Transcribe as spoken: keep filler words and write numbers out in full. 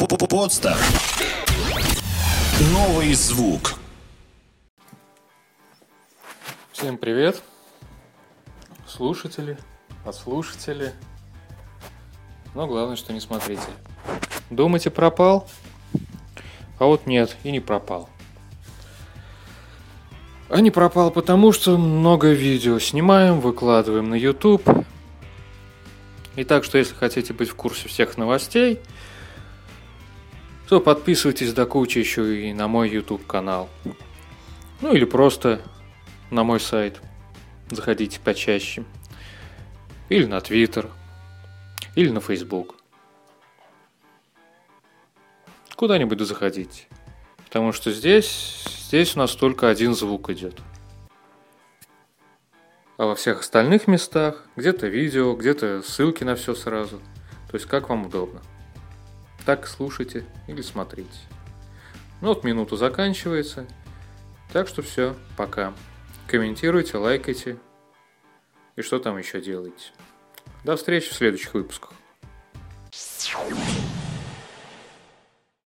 Подстер. Новый звук. Всем привет, слушатели, подслушатели, но главное, что не смотрите. Думаете, пропал? А вот нет, и не пропал. А не пропал потому, что много видео снимаем, выкладываем на YouTube. И так что, если хотите быть в курсе всех новостей, то подписывайтесь до кучи еще и на мой YouTube канал. Ну или просто на мой сайт. Заходите почаще. Или на Twitter. Или на Facebook. Куда-нибудь заходите. Потому что здесь, здесь у нас только один звук идет. А во всех остальных местах где-то видео, где-то ссылки на все сразу. То есть как вам удобно. Так слушайте или смотрите. Ну вот минута заканчивается. Так что все, пока. Комментируйте, лайкайте. И что там еще делаете. До встречи в следующих выпусках.